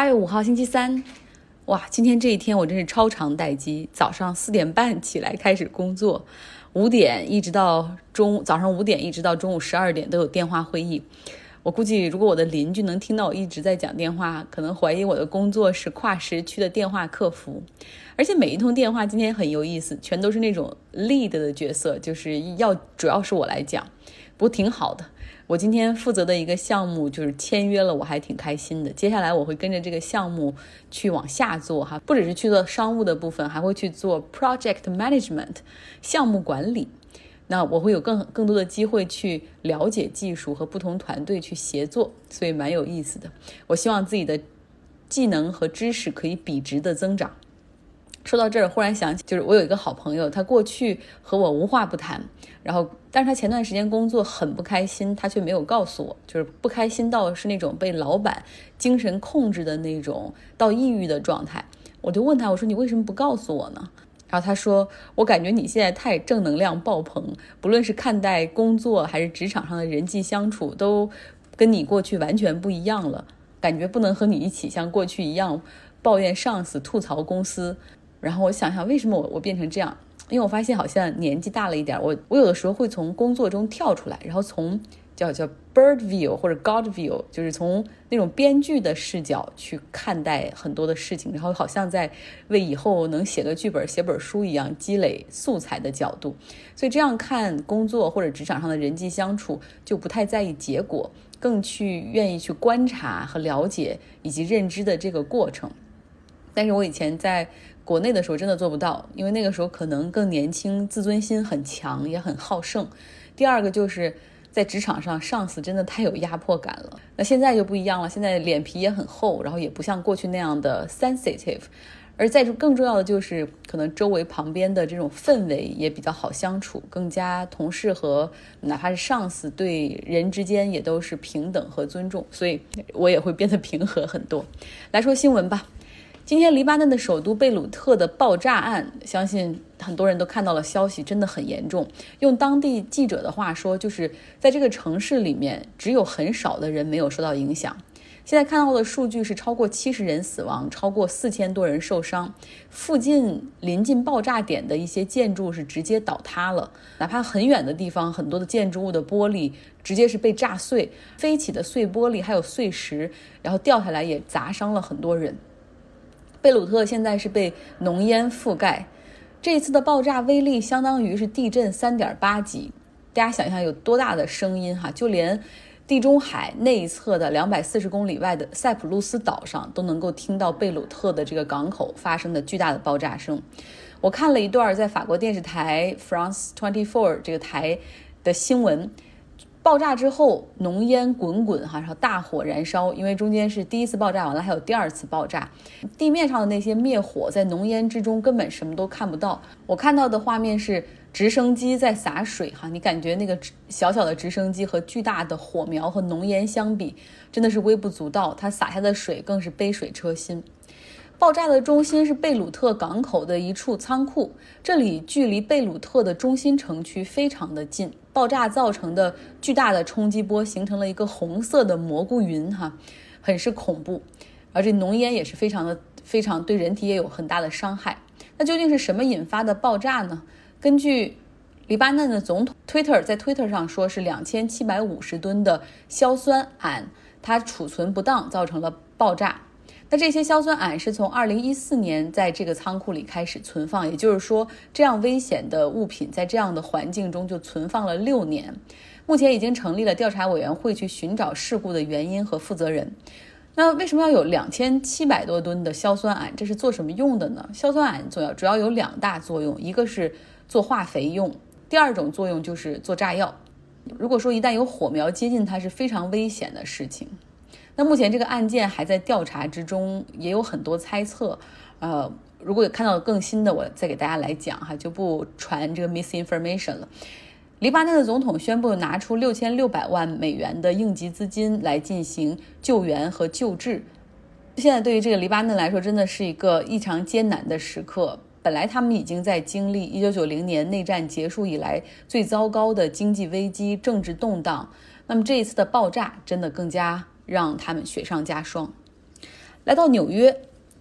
8月5号星期三，哇，今天这一天我真是超长待机，早上4点半起来开始工作，5点一直到早上5点一直到中午12点都有电话会议。我估计如果我的邻居能听到我一直在讲电话，可能怀疑我的工作是跨时区的电话客服。而且每一通电话今天很有意思，全都是那种 lead 的角色，就是主要是我来讲，不过挺好的。我今天负责的一个项目就是签约了，我还挺开心的。接下来我会跟着这个项目去往下做哈，不只是去做商务的部分，还会去做 project management 项目管理。那我会有更多的机会去了解技术和不同团队去协作，所以蛮有意思的。我希望自己的技能和知识可以笔直的增长。说到这儿，忽然想起，就是我有一个好朋友，他过去和我无话不谈，但是他前段时间工作很不开心，他却没有告诉我，就是不开心到是那种被老板精神控制的那种到抑郁的状态。我就问他，我说你为什么不告诉我呢？然后他说，我感觉你现在太正能量爆棚，不论是看待工作还是职场上的人际相处，都跟你过去完全不一样了，感觉不能和你一起像过去一样抱怨上司吐槽公司。然后我想想为什么我变成这样，因为我发现好像年纪大了一点，我有的时候会从工作中跳出来，然后从叫 bird view 或者 God view， 就是从那种编剧的视角去看待很多的事情，然后好像在为以后能写个剧本写本书一样积累素材的角度，所以这样看工作或者职场上的人际相处就不太在意结果，更愿意去观察和了解以及认知的这个过程。但是我以前在国内的时候真的做不到，因为那个时候可能更年轻，自尊心很强，也很好胜。第二个就是在职场上，上司真的太有压迫感了。那现在就不一样了，现在脸皮也很厚，然后也不像过去那样的 sensitive。而更重要的就是可能周围旁边的这种氛围也比较好相处，更加同事和哪怕是上司对人之间也都是平等和尊重，所以我也会变得平和很多。来说新闻吧。今天黎巴嫩的首都贝鲁特的爆炸案，相信很多人都看到了消息，真的很严重。用当地记者的话说，就是在这个城市里面只有很少的人没有受到影响。现在看到的数据是超过70人死亡，超过4000多人受伤。附近临近爆炸点的一些建筑是直接倒塌了，哪怕很远的地方，很多的建筑物的玻璃直接是被炸碎，飞起的碎玻璃还有碎石，然后掉下来也砸伤了很多人。贝鲁特现在是被浓烟覆盖，这一次的爆炸威力相当于是地震3.8级，大家想象有多大的声音哈，就连地中海内侧的240公里外的塞浦路斯岛上都能够听到贝鲁特的这个港口发生的巨大的爆炸声。我看了一段在法国电视台 France 24这个台的新闻，爆炸之后浓烟滚滚然后大火燃烧，因为中间是第一次爆炸完了还有第二次爆炸，地面上的那些灭火在浓烟之中根本什么都看不到。我看到的画面是直升机在洒水你感觉那个小小的直升机和巨大的火苗和浓烟相比真的是微不足道，它洒下的水更是杯水车薪。爆炸的中心是贝鲁特港口的一处仓库，这里距离贝鲁特的中心城区非常的近，爆炸造成的巨大的冲击波形成了一个红色的蘑菇云很是恐怖，而这浓烟也是非常对人体也有很大的伤害。那究竟是什么引发的爆炸呢？根据黎巴嫩的总统在 Twitter 上说，是2750吨的硝酸铵它储存不当造成了爆炸。那这些硝酸铵是从2014年在这个仓库里开始存放，也就是说这样危险的物品在这样的环境中就存放了6年。目前已经成立了调查委员会去寻找事故的原因和负责人。那为什么要有2700多吨的硝酸铵？这是做什么用的呢？硝酸铵主要有2大作用，一个是做化肥用，第二种作用就是做炸药。如果说一旦有火苗接近它，是非常危险的事情。那目前这个案件还在调查之中，也有很多猜测。如果有看到更新的，我再给大家来讲就不传这个 misinformation 了。黎巴嫩的总统宣布拿出6600万美元的应急资金来进行救援和救治。现在对于这个黎巴嫩来说，真的是一个异常艰难的时刻。本来他们已经在经历1990年内战结束以来最糟糕的经济危机、政治动荡，那么这一次的爆炸真的更加让他们雪上加霜。 来到纽约，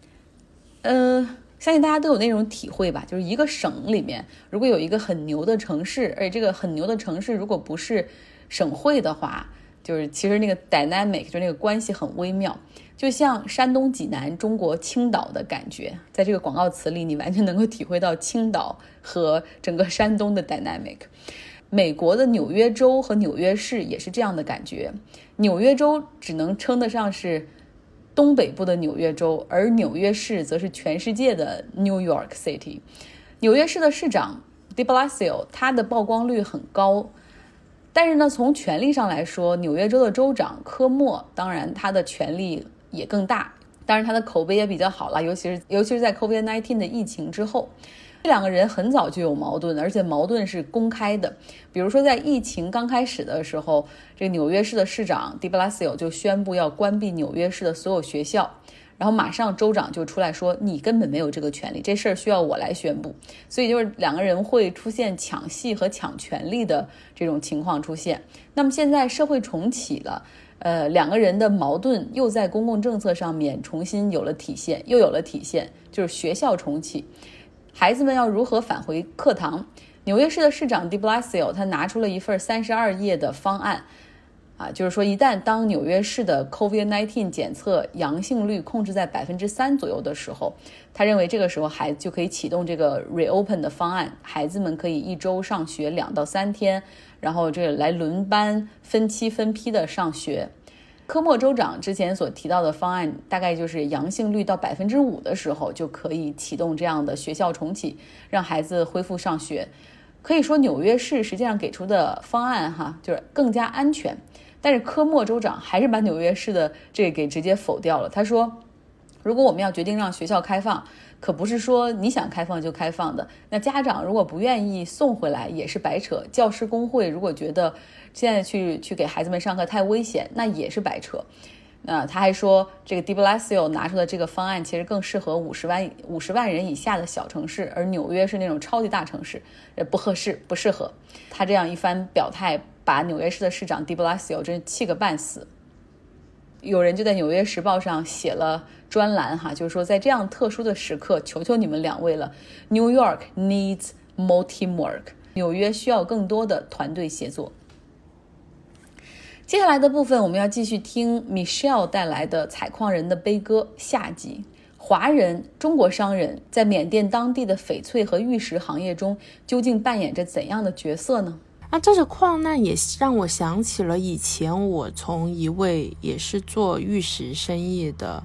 相信大家都有那种体会吧，就是一个省里面如果有一个很牛的城市，而且这个很牛的城市如果不是省会的话，就是其实那个 dynamic 就那个关系很微妙，就像山东济南中国青岛的感觉，在这个广告词里你完全能够体会到青岛和整个山东的 dynamic。 美国的纽约州和纽约市也是这样的感觉，纽约州只能称得上是东北部的纽约州，而纽约市则是全世界的 New York City。 纽约市的市长 de Blasio 他的曝光率很高，但是呢，从权力上来说，纽约州的州长科莫当然他的权力也更大，当然他的口碑也比较好了，尤其是在 COVID-19 的疫情之后，这两个人很早就有矛盾，而且矛盾是公开的。比如说在疫情刚开始的时候，这个纽约市的市长 de Blasio 就宣布要关闭纽约市的所有学校，然后马上州长就出来说你根本没有这个权利，这事儿需要我来宣布。所以就是两个人会出现抢戏和抢权力的这种情况出现。那么现在社会重启了，两个人的矛盾又在公共政策上面重新有了体现，就是学校重启，孩子们要如何返回课堂。纽约市的市长 de Blasio 他拿出了一份32页的方案，就是说一旦当纽约市的 COVID-19 检测阳性率控制在 3% 左右的时候，他认为这个时候孩子就可以启动这个 reopen 的方案，孩子们可以一周上学2到3天，然后这来轮班分期分批的上学。科莫州长之前所提到的方案大概就是阳性率到 5% 的时候就可以启动这样的学校重启，让孩子恢复上学。可以说纽约市实际上给出的方案就是更加安全，但是科莫州长还是把纽约市的这个给直接否掉了。他说如果我们要决定让学校开放，可不是说你想开放就开放的，那家长如果不愿意送回来也是白扯，教师工会如果觉得现在去给孩子们上课太危险，那也是白扯。他还说这个 de Blasio 拿出的这个方案其实更适合50万人以下的小城市，而纽约是那种超级大城市，不合适不适合。他这样一番表态把纽约市的市长 de Blasio 真是气个半死。有人就在纽约时报上写了专栏就是说在这样特殊的时刻，求求你们两位了， New York needs more teamwork， 纽约需要更多的团队协作。接下来的部分我们要继续听 Michelle 带来的采矿人的悲歌下集。华人、中国商人在缅甸当地的翡翠和玉石行业中究竟扮演着怎样的角色呢？ 这个矿难也让我想起了以前我从一位也是做玉石生意的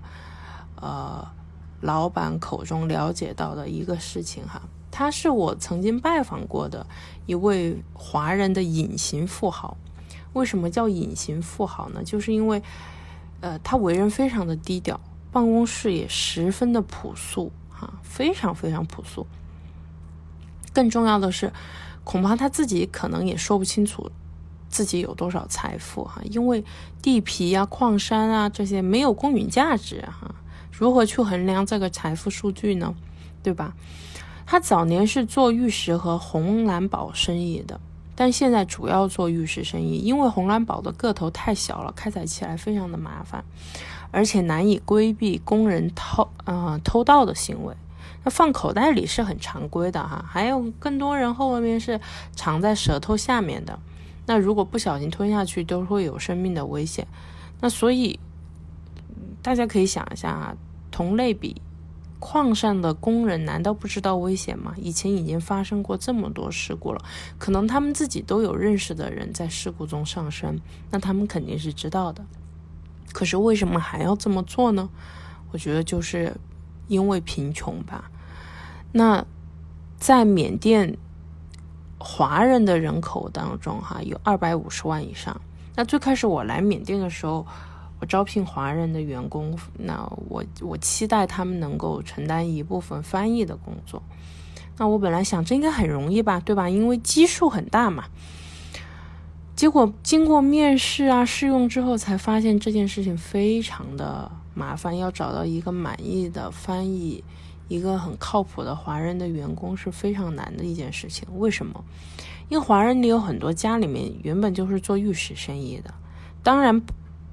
老板口中了解到的一个事情他是我曾经拜访过的一位华人的隐形富豪。为什么叫隐形富豪呢？就是因为他为人非常的低调，办公室也十分的朴素非常非常朴素。更重要的是，恐怕他自己可能也说不清楚自己有多少财富因为地皮矿山这些没有公允价值如何去衡量这个财富数据呢？对吧？他早年是做玉石和红蓝宝生意的，但现在主要做玉石生意，因为红蓝宝的个头太小了，开采起来非常的麻烦，而且难以规避工人偷盗的行为。那放口袋里是很常规的还有更多人后面是藏在舌头下面的，那如果不小心吞下去都会有生命的危险。那所以大家可以想一下同类比矿上的工人难道不知道危险吗？以前已经发生过这么多事故了，可能他们自己都有认识的人在事故中丧生，那他们肯定是知道的。可是为什么还要这么做呢？我觉得就是因为贫穷吧。那在缅甸华人的人口当中有250万以上。那最开始我来缅甸的时候，我招聘华人的员工，那我期待他们能够承担一部分翻译的工作。那我本来想这应该很容易吧，对吧？因为基数很大嘛。结果经过面试试用之后才发现这件事情非常的麻烦，要找到一个满意的翻译，一个很靠谱的华人的员工是非常难的一件事情。为什么？因为华人里有很多家里面原本就是做玉石生意的，当然不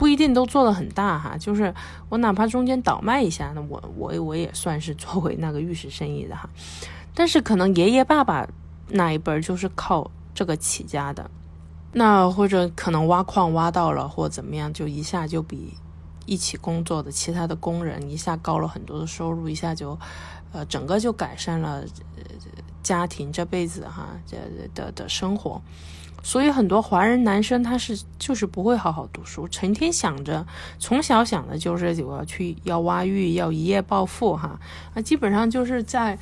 不一定都做得很大哈，就是我哪怕中间倒卖一下，那我也算是作为那个玉石生意的哈。但是可能爷爷爸爸那一辈就是靠这个起家的，那或者可能挖矿挖到了或怎么样，就一下就比一起工作的其他的工人一下高了很多的收入，一下就整个就改善了家庭这辈子哈的生活。所以很多华人男生他就是不会好好读书，成天想着，从小想的就是我要挖玉，要一夜暴富哈。基本上就是在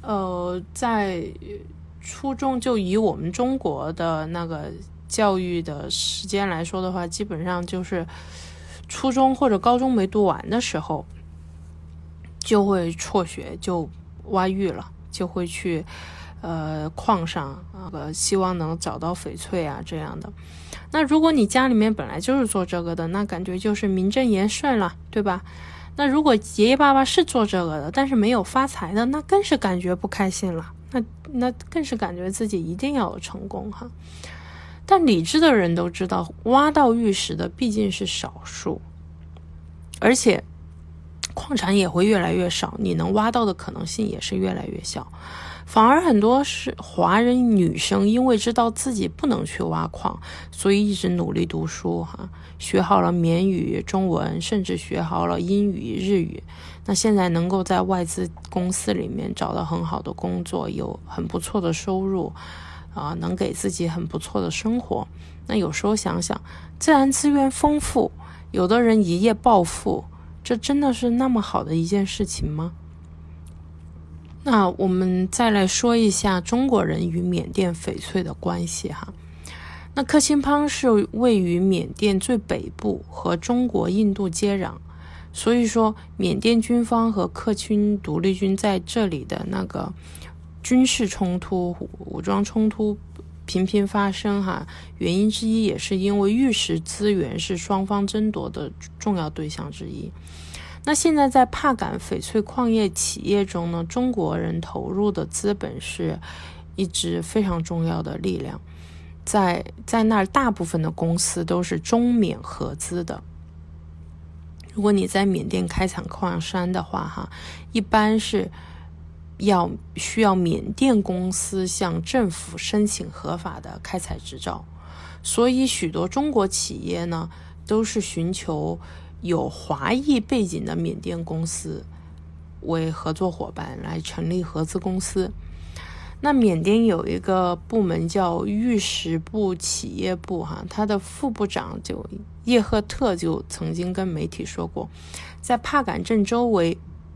初中，就以我们中国的那个教育的时间来说的话，基本上就是初中或者高中没读完的时候就会辍学，就挖玉了，就会去矿上希望能找到翡翠啊这样的。那如果你家里面本来就是做这个的，那感觉就是名正言顺了，对吧？那如果爷爷爸爸是做这个的，但是没有发财的，那更是感觉不开心了，那更是感觉自己一定要有成功哈。但理智的人都知道，挖到玉石的毕竟是少数，而且矿产也会越来越少，你能挖到的可能性也是越来越小。反而很多是华人女生因为知道自己不能去挖矿，所以一直努力读书哈，学好了缅语、中文，甚至学好了英语、日语。那现在能够在外资公司里面找到很好的工作，有很不错的收入能给自己很不错的生活。那有时候想想，自然资源丰富，有的人一夜暴富，这真的是那么好的一件事情吗？那我们再来说一下中国人与缅甸翡翠的关系哈。那克钦邦是位于缅甸最北部，和中国、印度接壤，所以说缅甸军方和克钦独立军在这里的那个军事冲突、武装冲突频频发生哈。原因之一也是因为玉石资源是双方争夺的重要对象之一。那现在在帕敢翡翠矿业企业中呢，中国人投入的资本是一支非常重要的力量，在那儿大部分的公司都是中缅合资的。如果你在缅甸开采矿山的话哈，一般是需要缅甸公司向政府申请合法的开采执照，所以许多中国企业呢都是寻求有华裔背景的缅甸公司为合作伙伴来成立合资公司。那缅甸有一个部门叫玉石部企业部哈，他的副部长就叶赫特就曾经跟媒体说过，在帕敢镇周围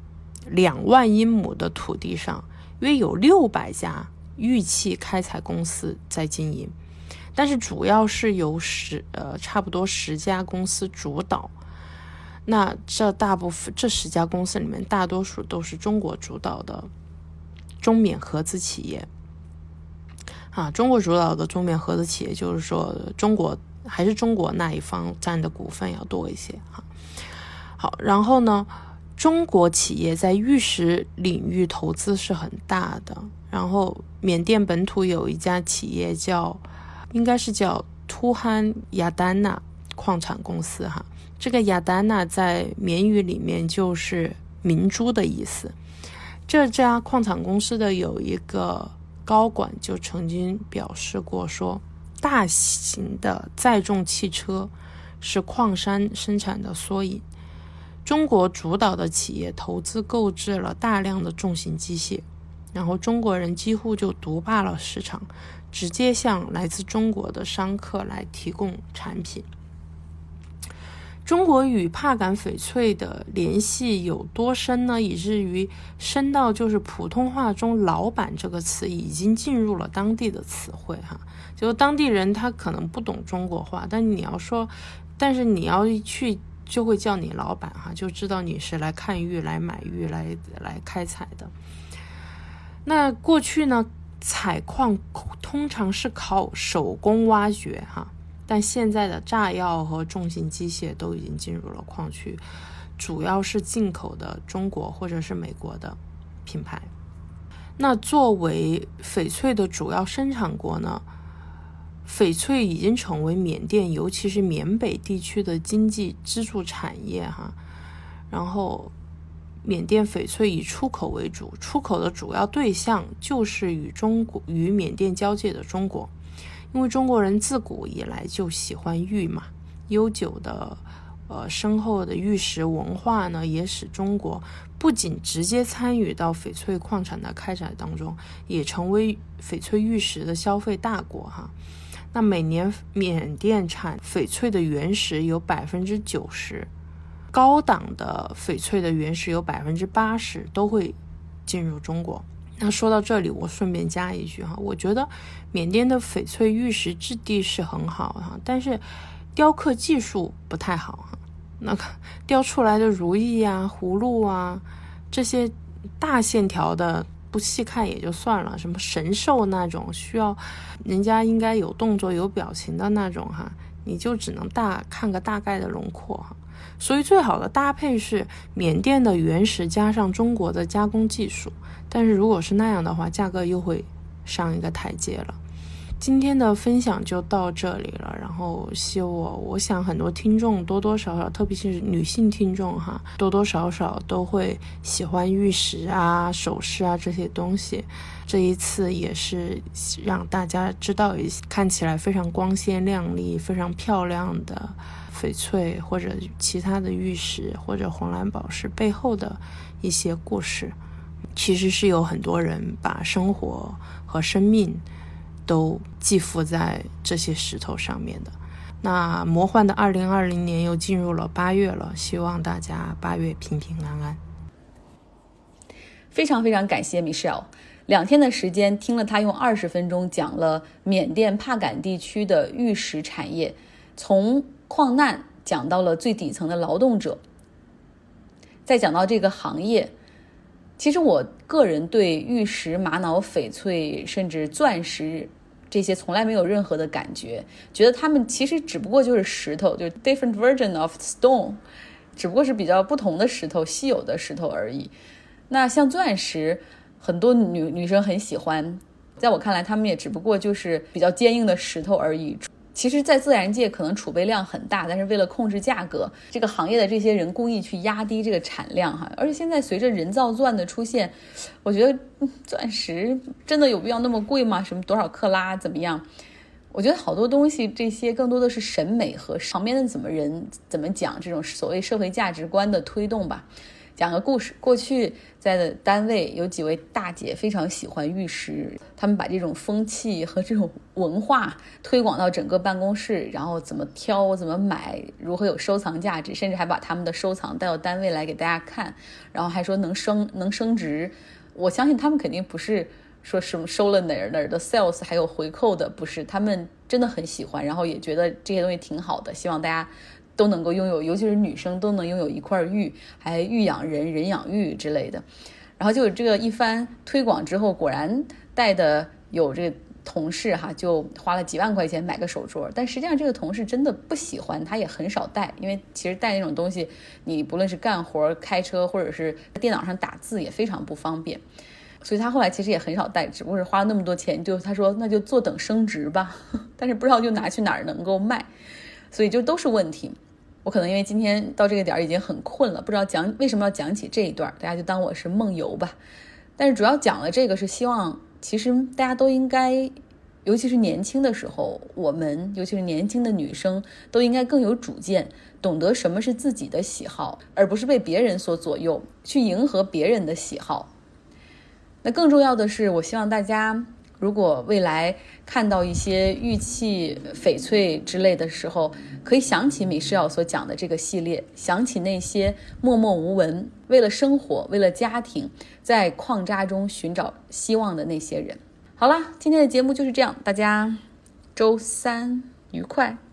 2万英亩的土地上，约有600家玉器开采公司在经营，但是主要是由差不多10家公司主导。那这10家公司里面，大多数都是中国主导的中缅合资企业中国主导的中缅合资企业，就是说中国那一方占的股份要多一些好，然后呢，中国企业在玉石领域投资是很大的。然后缅甸本土有一家企业应该是叫突罕亚丹纳矿产公司哈。这个亚丹纳在缅语里面就是明珠的意思。这家矿产公司的有一个高管就曾经表示过说，大型的载重汽车是矿山生产的缩影。中国主导的企业投资购置了大量的重型机械，然后中国人几乎就独霸了市场，直接向来自中国的商客来提供产品。中国与帕敢翡翠的联系有多深呢？以至于深到就是普通话中老板这个词已经进入了当地的词汇就当地人他可能不懂中国话，但是你要去就会叫你老板就知道你是来看玉、来买玉、来开采的。那过去呢，采矿通常是靠手工挖掘但现在的炸药和重型机械都已经进入了矿区，主要是进口的中国或者是美国的品牌。那作为翡翠的主要生产国呢， 翡翠已经成为缅甸尤其是缅北地区的经济支柱产业哈。然后缅甸翡翠以出口为主，出口的主要对象就是与缅甸交界的中国，因为中国人自古以来就喜欢玉嘛，悠久的深厚的玉石文化呢，也使中国不仅直接参与到翡翠矿产的开采当中，也成为翡翠玉石的消费大国哈。那每年缅甸产翡翠的原石有 90%， 高档的翡翠的原石有 80% 都会进入中国。那说到这里，我顺便加一句哈，我觉得缅甸的翡翠玉石质地是很好哈，但是雕刻技术不太好哈。那个雕出来的如意啊、葫芦啊，这些大线条的不细看也就算了，什么神兽那种需要人家应该有动作有表情的那种哈，你就只能看个大概的轮廓哈。所以最好的搭配是缅甸的原石加上中国的加工技术，但是如果是那样的话，价格又会上一个台阶了。今天的分享就到这里了，然后我想很多听众多多少少，特别是女性听众哈，多多少少都会喜欢玉石啊、首饰啊这些东西。这一次也是让大家知道一些看起来非常光鲜亮丽、非常漂亮的翡翠或者其他的玉石或者红蓝宝石背后的一些故事。其实是有很多人把生活和生命都寄附在这些石头上面的。那魔幻的2020年又进入了8月了，希望大家8月平平安安。 非常非常感谢 Michelle，2天的时间听了他用20分钟讲了缅甸帕敢地区的玉石产业，从矿难讲到了最底层的劳动者，再讲到这个行业。其实我个人对玉石、玛瑙、翡翠甚至钻石这些从来没有任何的感觉，觉得他们其实只不过就是石头，就是 different version of stone， 只不过是比较不同的石头，稀有的石头而已。那像钻石，很多女生很喜欢，在我看来他们也只不过就是比较坚硬的石头而已。其实在自然界可能储备量很大，但是为了控制价格，这个行业的这些人故意去压低这个产量哈。而且现在随着人造钻的出现，我觉得钻石真的有必要那么贵吗？什么多少克拉怎么样？我觉得好多东西这些更多的是审美和旁边的怎么讲这种所谓社会价值观的推动吧。讲个故事，过去在单位有几位大姐非常喜欢玉石，他们把这种风气和这种文化推广到整个办公室，然后怎么挑、怎么买，如何有收藏价值，甚至还把他们的收藏带到单位来给大家看，然后还说能升值。我相信他们肯定不是说什么收了哪儿的 sales 还有回扣的，不是，他们真的很喜欢，然后也觉得这些东西挺好的，希望大家都能够拥有，尤其是女生都能拥有一块玉，还玉养人，人养玉之类的。然后就有这个一番推广之后，果然带的有这个同事哈，就花了几万块钱买个手镯，但实际上这个同事真的不喜欢，他也很少戴，因为其实戴那种东西，你不论是干活、开车或者是电脑上打字也非常不方便，所以他后来其实也很少戴，只不过是花了那么多钱，他说那就坐等升值吧，但是不知道就拿去哪儿能够卖，所以就都是问题。我可能因为今天到这个点已经很困了，不知道为什么要讲起这一段，大家就当我是梦游吧。但是主要讲了这个是希望，其实大家都应该，尤其是年轻的时候，我们尤其是年轻的女生都应该更有主见，懂得什么是自己的喜好，而不是被别人所左右，去迎合别人的喜好。那更重要的是，我希望大家如果未来看到一些玉器、翡翠之类的时候，可以想起Michelle所讲的这个系列，想起那些默默无闻，为了生活、为了家庭，在矿渣中寻找希望的那些人。好啦，今天的节目就是这样，大家周三愉快。